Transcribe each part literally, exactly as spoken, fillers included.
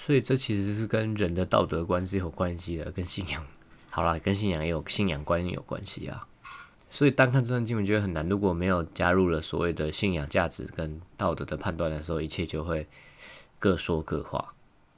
所以这其实是跟人的道德观是有关系的，跟信仰，好啦，跟信仰也有信仰观有关系啊。所以单看这段经文就会很难，如果没有加入了所谓的信仰价值跟道德的判断的时候，一切就会各说各话。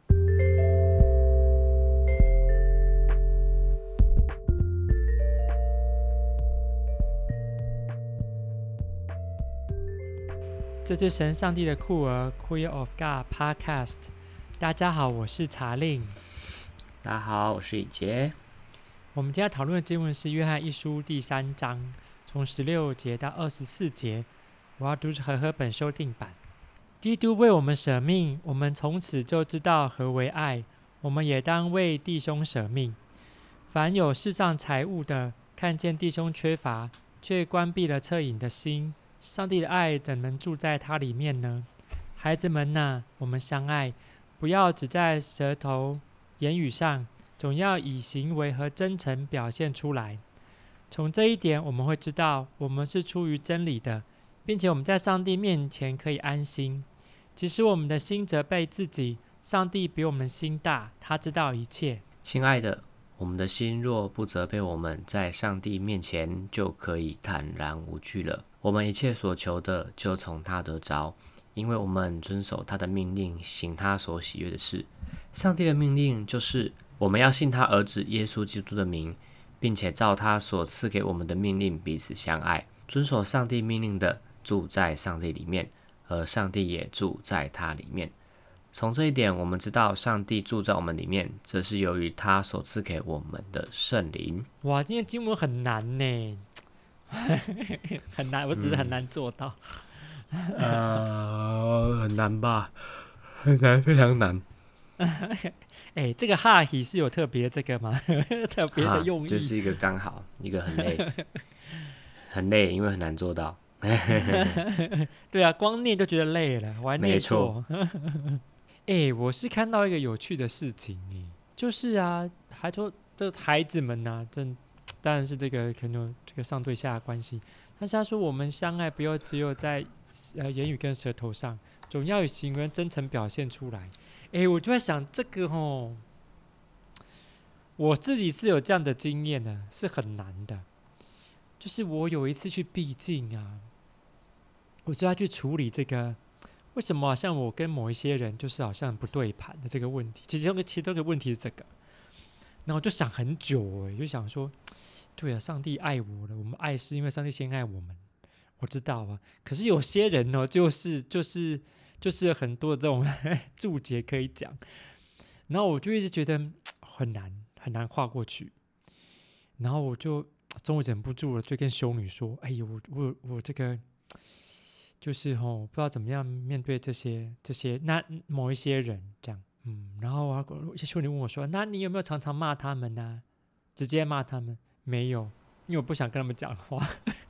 这是神上帝的酷儿 Queer of God Podcast。大家好，我是查令。 大家好，我是以杰。 我们今天讨论的经文是约翰一书第三章，从十六节到二十四节。我要读和合本修订版。基督为我们舍命，我们从此就知道何为爱。我们也当为弟兄舍命。凡有世上财物的，看见弟兄缺乏，却关闭了恻隐的心，上帝的爱怎能住在他里面呢？孩子们哪，我们相爱，不要只在舌头、言语上，总要以行为和真诚表现出来。从这一点，我们会知道我们是出于真理的，并且我们在上帝面前可以安心。即使我们的心责备自己，上帝比我们心大，他知道一切。 亲爱的，我们的心若不责备我们，在上帝面前就可以坦然无惧了。我们一切所求的，就从他得着，因为我们遵守他的命令，行他所喜悦的事。上帝的命令就是，我们要信他儿子耶稣基督的名，并且照他所赐给我们的命令彼此相爱。遵守上帝命令的，住在上帝里面，而上帝也住在他里面。从这一点，我们知道上帝住在我们里面，这是由于他所赐给我们的圣灵。 哇，今天经文很难呢，很难，我只是很难做到。 嗯、呃，很难吧？很难，非常难。 哎，这个哈希是有特别这个吗？特别的用意， 就是一个刚好，一个很累，很累，因为很难做到。 对啊，光念就觉得累了，我还念错。哎，我是看到一个有趣的事情，就是啊，还说这孩子们呐、啊，这当然是这个可能这个上对下的关系。但是他说我们相爱不要只有在呃言语跟舌头上，总要以行为真诚表现出来。哎，我就在想这个哦，我自己是有这样的经验的，是很难的。就是我有一次去避静啊，我就要去处理这个，为什么好像我跟某一些人就是好像不对盘的这个问题。其中一个其中一个问题是这个，然后我就想很久哎，就想说，对啊，上帝爱我了，我们爱是因为上帝先爱我们，我知道啊。可是有些人呢、哦，就是就是就是很多的这种注解可以讲，然后我就一直觉得很难很难跨过去，然后我就终于忍不住了，就跟修女说：“哎呦，我我我这个就是哦，不知道怎么样面对这些这些那某一些人这样，嗯。然后啊，一些修女问我说：‘那你有没有常常骂他们呢、啊？’直接骂他们没有，因为我不想跟他们讲话。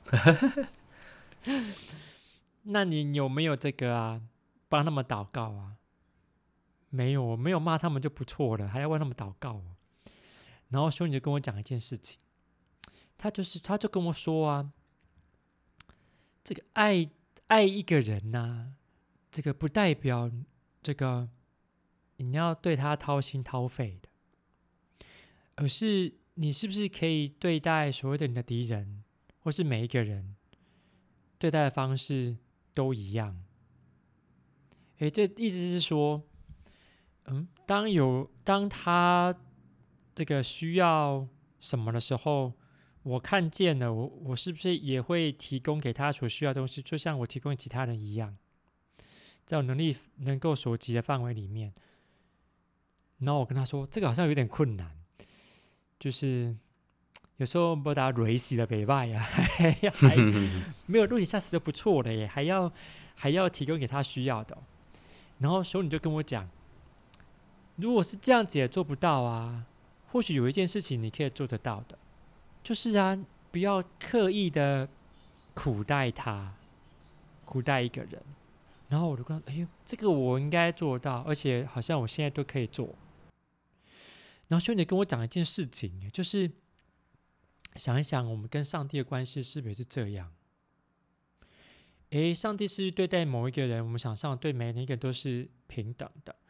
那你有没有这个啊？帮他们祷告啊？没有，我没有骂他们就不错了，还要为他们祷告、哦。然后修女就跟我讲一件事情。”他就是，他就跟我说啊，这个爱爱一个人呐、啊，这个不代表这个你要对他掏心掏肺的，而是你是不是可以对待所谓的你的敌人，或是每一个人，对待的方式都一样。诶，这意思是说，嗯，当有当他这个需要什么的时候。我看见了，我我是不是也会提供给他所需要的东西，就像我提供给其他人一样，在我能力能够所及的范围里面。然后我跟他说，这个好像有点困难，就是有时候不打瑞洗的北拜啊，还还没有录一下时就不错了耶，还要还要提供给他需要的、哦。然后修女就跟我讲，如果是这样子也做不到啊，或许有一件事情你可以做得到的。就是啊，不要刻意的苦待他，苦待一个人。然后我就跟他说：“哎呦，这个我应该做到，而且好像我现在都可以做。”然后修女跟我讲一件事情，就是想一想，我们跟上帝的关系是不是是这样？诶，上帝是对待某一个人，我们想象对每一个人都是平等的，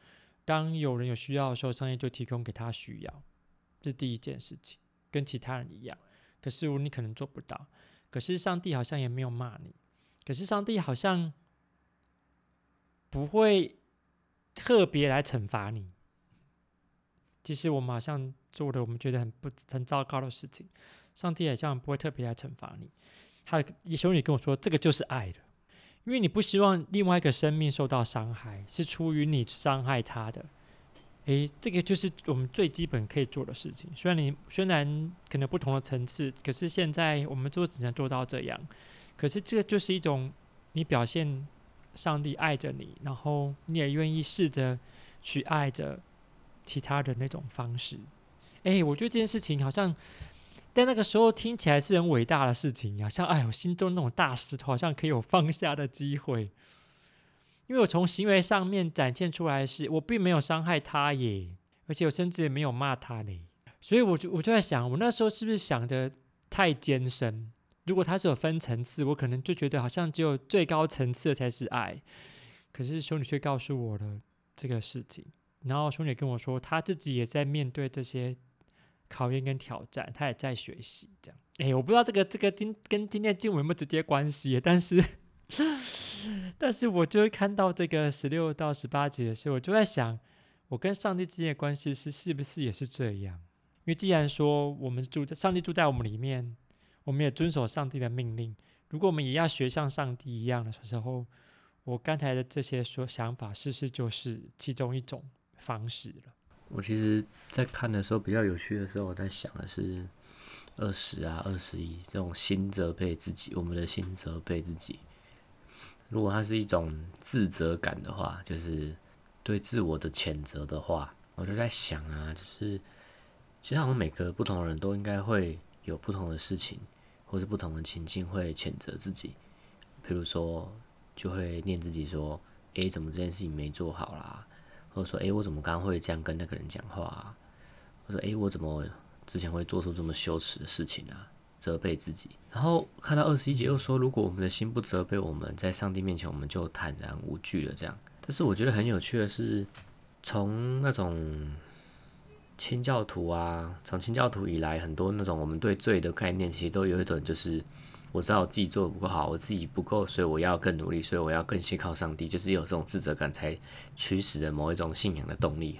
当有人有需要的时候，上帝就提供给他需要，这是第一件事情，跟其他人一样。可是你可能做不到，可是上帝好像也没有骂你，可是上帝好像不会特别来惩罚你。即使我们好像做了我们觉得很不很糟糕的事情，上帝好像不会特别来惩罚你。他也修女跟我说，这个就是爱的，因为你不希望另外一个生命受到伤害，是出于你伤害他的。诶，这个就是我们最基本可以做的事情。虽然你虽然可能不同的层次，可是现在我们就只能做到这样。可是这个就是一种你表现上帝爱着你，然后你也愿意试着去爱着其他的那种方式。诶，我觉得这件事情好像在那个时候听起来是很伟大的事情，好像哎，我心中那种大石头好像可以有放下的机会。因为我从行为上面展现出来的是我并没有伤害他耶，而且我甚至也没有骂他嘞。所以我就我就在想，我那时候是不是想的太艰深？如果它是有分层次，我可能就觉得好像只有最高层次的才是爱。可是修女却告诉我了这个事情，然后修女跟我说，她自己也在面对这些考验跟挑战，她也在学习。这样，哎，我不知道这个这个今跟今天的经文有没有直接关系，但是但是我就会看到这个十六到十八节的时候，我就在想，我跟上帝之间的关系是是不是也是这样？因为既然说我们住上帝住在我们里面，我们也遵守上帝的命令，如果我们也要学像上帝一样的时候，我刚才的这些说想法是不是就是其中一种方式了？ 我其实在看的时候比较有趣的时候，我在想的是二十啊、二十一这种心责备自己，我们的心责备自己。如果它是一种自责感的话，就是对自我的谴责的话，我就在想啊，就是其实好像每个不同的人都应该会有不同的事情，或是不同的情境会谴责自己。比如说，就会念自己说：“诶，怎么这件事情没做好啦？”或者说：“诶，我怎么刚刚会这样跟那个人讲话啊？”或者说：“诶，我怎么之前会做出这么羞耻的事情啊？”责备自己。然后看到二十一节又说，如果我们的心不责备我们，在上帝面前我们就坦然无惧了。这样，但是我觉得很有趣的是，从那种清教徒啊，从清教徒以来，很多那种我们对罪的概念，其实都有一种就是我知道我自己做的不够好，我自己不够，所以我要更努力，所以我要更信靠上帝，就是有这种自责感才驱使的某一种信仰的动力。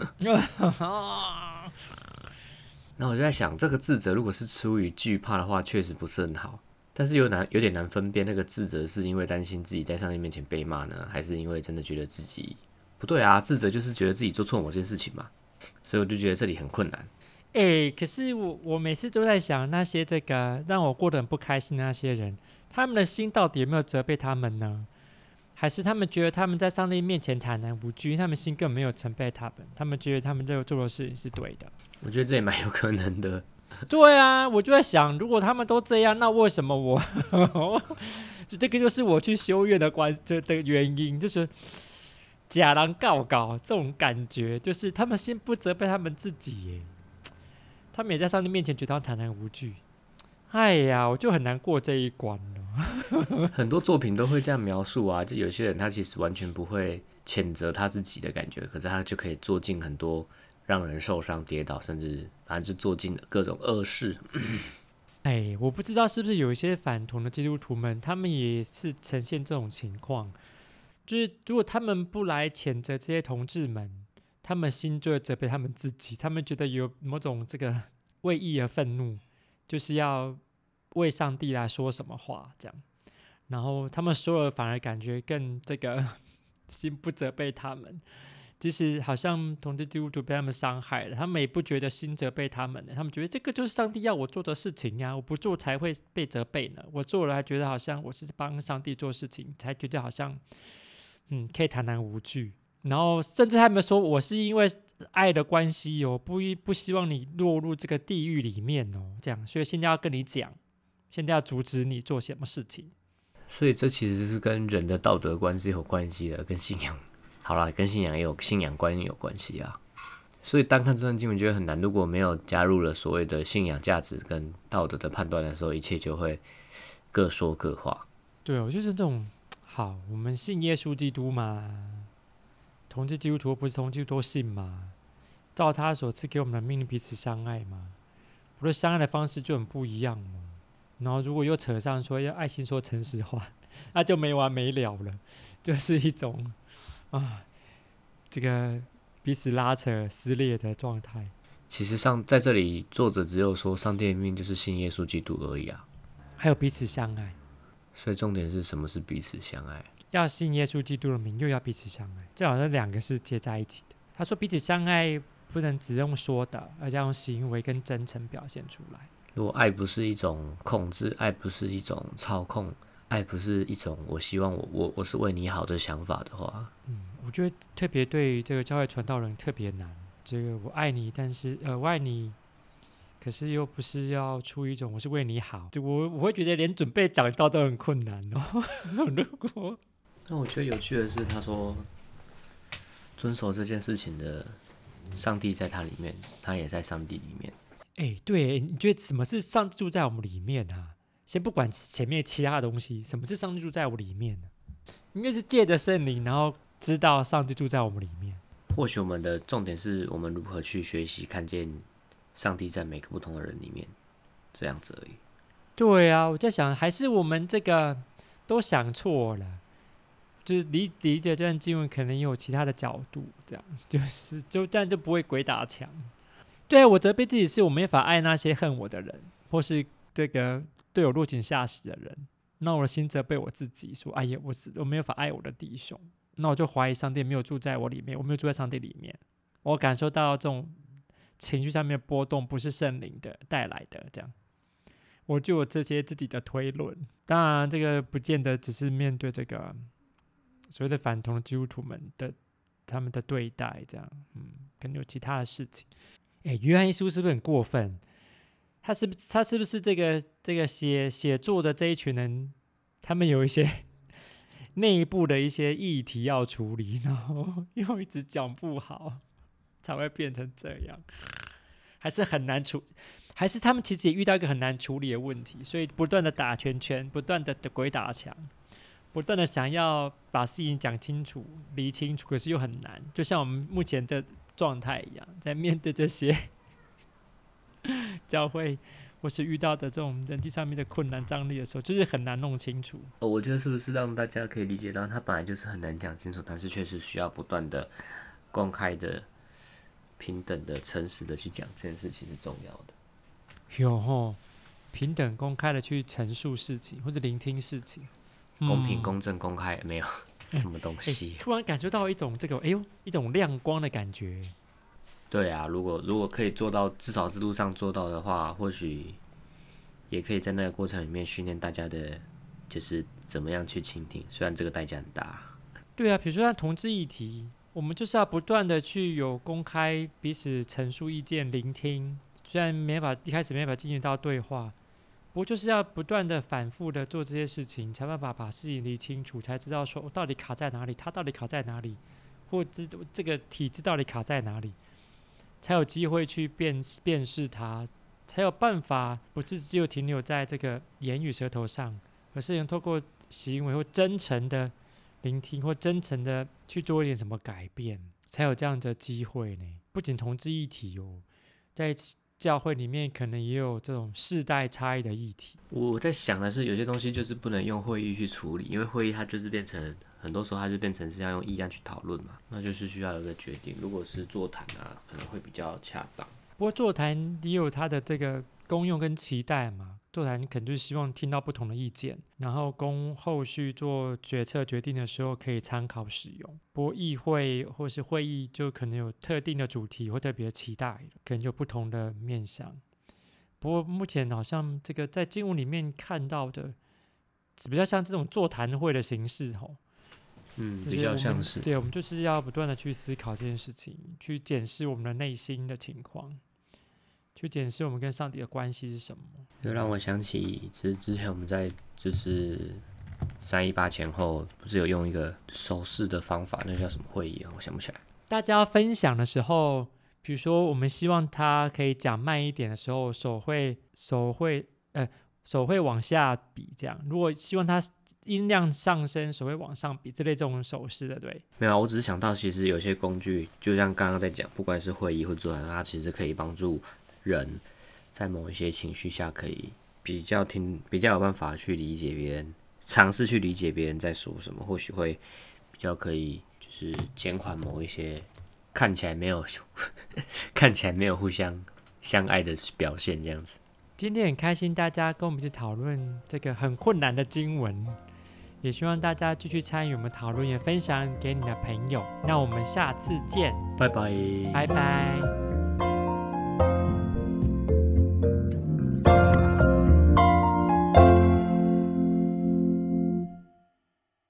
那我就在想，这个自责如果是出于惧怕的话，确实不是很好。但是有难有点难分辨，那个自责是因为担心自己在上帝面前被骂呢，还是因为真的觉得自己不对啊？自责就是觉得自己做错某件事情嘛，所以我就觉得这里很困难。 哎、欸，可是我我每次都在想，那些这个让我过得很不开心的那些人，他们的心到底有没有责备他们呢？还是他们觉得他们在上帝面前坦然无惧，他们心根本没有责备他们，他们觉得他们这个做的事情是对的？ 我觉得这也蛮有可能的。 对啊，我就在想，如果他们都这样，那为什么我这个就是我去修院的关这的原因，就是假狼告告这种感觉，就是他们先不责备他们自己耶，他们也在上帝面前觉得坦然无惧。哎呀，我就很难过这一关了。 很多作品都会这样描述啊，就有些人他其实完全不会谴责他自己的感觉，可是他就可以做尽很多让人受伤、跌倒，甚至反正就做尽了各种恶事。 哎，我不知道是不是有一些反同的基督徒们，他们也是呈现这种情况，就是如果他们不来谴责这些同志们，他们心就会责备他们自己，他们觉得有某种这个为义而愤怒，就是要为上帝来说什么话这样，然后他们说了反而感觉更这个心不责备他们。即使好像同志基督徒被他们伤害了，他们也不觉得心责备他们的，他们觉得这个就是上帝要我做的事情呀、啊，我不做才会被责备呢。我做了还觉得好像我是帮上帝做事情，才觉得好像嗯可以坦然无惧。然后甚至他们说我是因为爱的关系哦，不不希望你落入这个地狱里面哦，这样，所以现在要跟你讲，现在要阻止你做什么事情。 所以这其实是跟人的道德观是有关系的，跟信仰。好啦，跟信仰也有信仰观有关系啊，所以单看这段经文觉得很难。如果没有加入了所谓的信仰价值跟道德的判断的时候，一切就会各说各话。 对哦，就是这种好，我们信耶稣基督嘛， 同志基督徒不是同志都信吗？照他所赐给我们的命令，彼此相爱嘛。我的相爱的方式就很不一样嘛。然后如果又扯上说要爱心说诚实话，那就没完没了了，就是一种啊，这个彼此拉扯撕裂的状态。 其实上在这里，作者只有说上帝的命就是信耶稣基督而已啊。 还有彼此相爱， 所以重点是什么是彼此相爱？ 要信耶稣基督的名，又要彼此相爱，这好像两个是接在一起的。他说彼此相爱不能只用说的，而要用行为跟真诚表现出来。 如果爱不是一种控制，爱不是一种操控，爱不是一种我希望我我我是为你好的想法的话， 嗯，我觉得特别对这个教会传道人特别难。这个我爱你，但是呃我爱你，可是又不是要出一种我是为你好，就我我会觉得连准备讲道都很困难哦。如果那我觉得有趣的是，他说遵守这件事情的上帝在他里面，他也在上帝里面。 哎，对，你觉得什么是上帝住在我们里面啊？先不管前面其他的东西，什么是上帝住在我里面呢？应该是借着圣灵，然后知道上帝住在我们里面。 或许我们的重点是我们如何去学习看见上帝在每个不同的人里面，这样子而已。 对啊，我在想，还是我们这个都想错了，就是理理解这段经文可能也有其他的角度，这样就是就这样就不会鬼打墙。对啊，我责备自己是我没法爱那些恨我的人，或是这个对我落井下石的人。那我的心责备我自己说：“哎呀，我是我没有法爱我的弟兄。”那我就怀疑上帝没有住在我里面，我没有住在上帝里面。我感受到这种情绪上面的波动不是圣灵的带来的，这样我就有这些自己的推论。当然，这个不见得只是面对这个所谓的反同基督徒们的他们的对待，这样，嗯，可能有其他的事情。哎，约翰一书是不是很过分？他是不他是不是这个这个写写作的这一群人，他们有一些内部的一些议题要处理，然后又一直讲不好，才会变成这样？还是很难处？还是他们其实也遇到一个很难处理的问题，所以不断的打圈圈，不断的鬼打墙，不断的想要把事情讲清楚、理清楚，可是又很难。就像我们目前的状态一样，在面对这些教会或是遇到的这种人际上面的困难张力的时候，就是很难弄清楚。 哦，我觉得是不是让大家可以理解到，它本来就是很难讲清楚，但是确实需要不断的、公开的、平等的、诚实的去讲这件事情是重要的。 有吼，平等公开的去陈述事情或者聆听事情， 公平、公正、公开，没有什么东西。 突然感受到一种这个，哎呦，一种亮光的感觉。 对啊，如果如果可以做到，至少制度上做到的话，或许也可以在那个过程里面训练大家的，就是怎么样去倾听。虽然这个代价很大。 对啊，比如说像同志议题，我们就是要不断的去有公开彼此陈述意见、聆听。虽然没法一开始没法进行到对话，不过就是要不断的反复的做这些事情，才办法把事情理清楚，才知道说我到底卡在哪里，他到底卡在哪里，或这这个体制到底卡在哪里。才有机会去辨辨识它，才有办法不是只有停留在这个言语舌头上，而是能透过行为或真诚的聆听或真诚的去做一点什么改变，才有这样的机会呢。不仅同志议题哦，在教会里面可能也有这种世代差异的议题。 我在想的是，有些东西就是不能用会议去处理，因为会议它就是变成很多时候它就变成是要用议案去讨论嘛，那就是需要有一个决定。如果是座谈啊，可能会比较恰当。 不过座谈也有它的这个功用跟期待嘛，座谈可能就是希望听到不同的意见，然后供后续做决策决定的时候可以参考使用。不过议会或是会议就可能有特定的主题或特别期待，可能有不同的面向。不过目前好像这个在经文里面看到的，比较像这种座谈会的形式吼。 嗯， 就是比较像是。 对，我们就是要不断的去思考这件事情，去检视我们的内心的情况，去检视我们跟上帝的关系是什么。 就让我想起，之之前我们在就是三一八前后，不是有用一个手势的方法，那叫什么会议啊？我想不起来。 大家分享的时候，比如说我们希望他可以讲慢一点的时候，手会手会呃手会往下比这样。如果希望他音量上升，手会往上比这类这种手势的，对？ 没有，我只是想到，其实有些工具，就像刚刚在讲，不管是会议或座谈，它其实可以帮助人在某一些情绪下，可以比较听，比较有办法去理解别人，尝试去理解别人在说什么，或许会比较可以，就是减缓某一些看起来没有看起来没有互相相爱的表现，这样子。 今天很开心，大家跟我们一起讨论这个很困难的经文，也希望大家继续参与我们讨论，也分享给你的朋友。那我们下次见， 拜拜， 拜拜。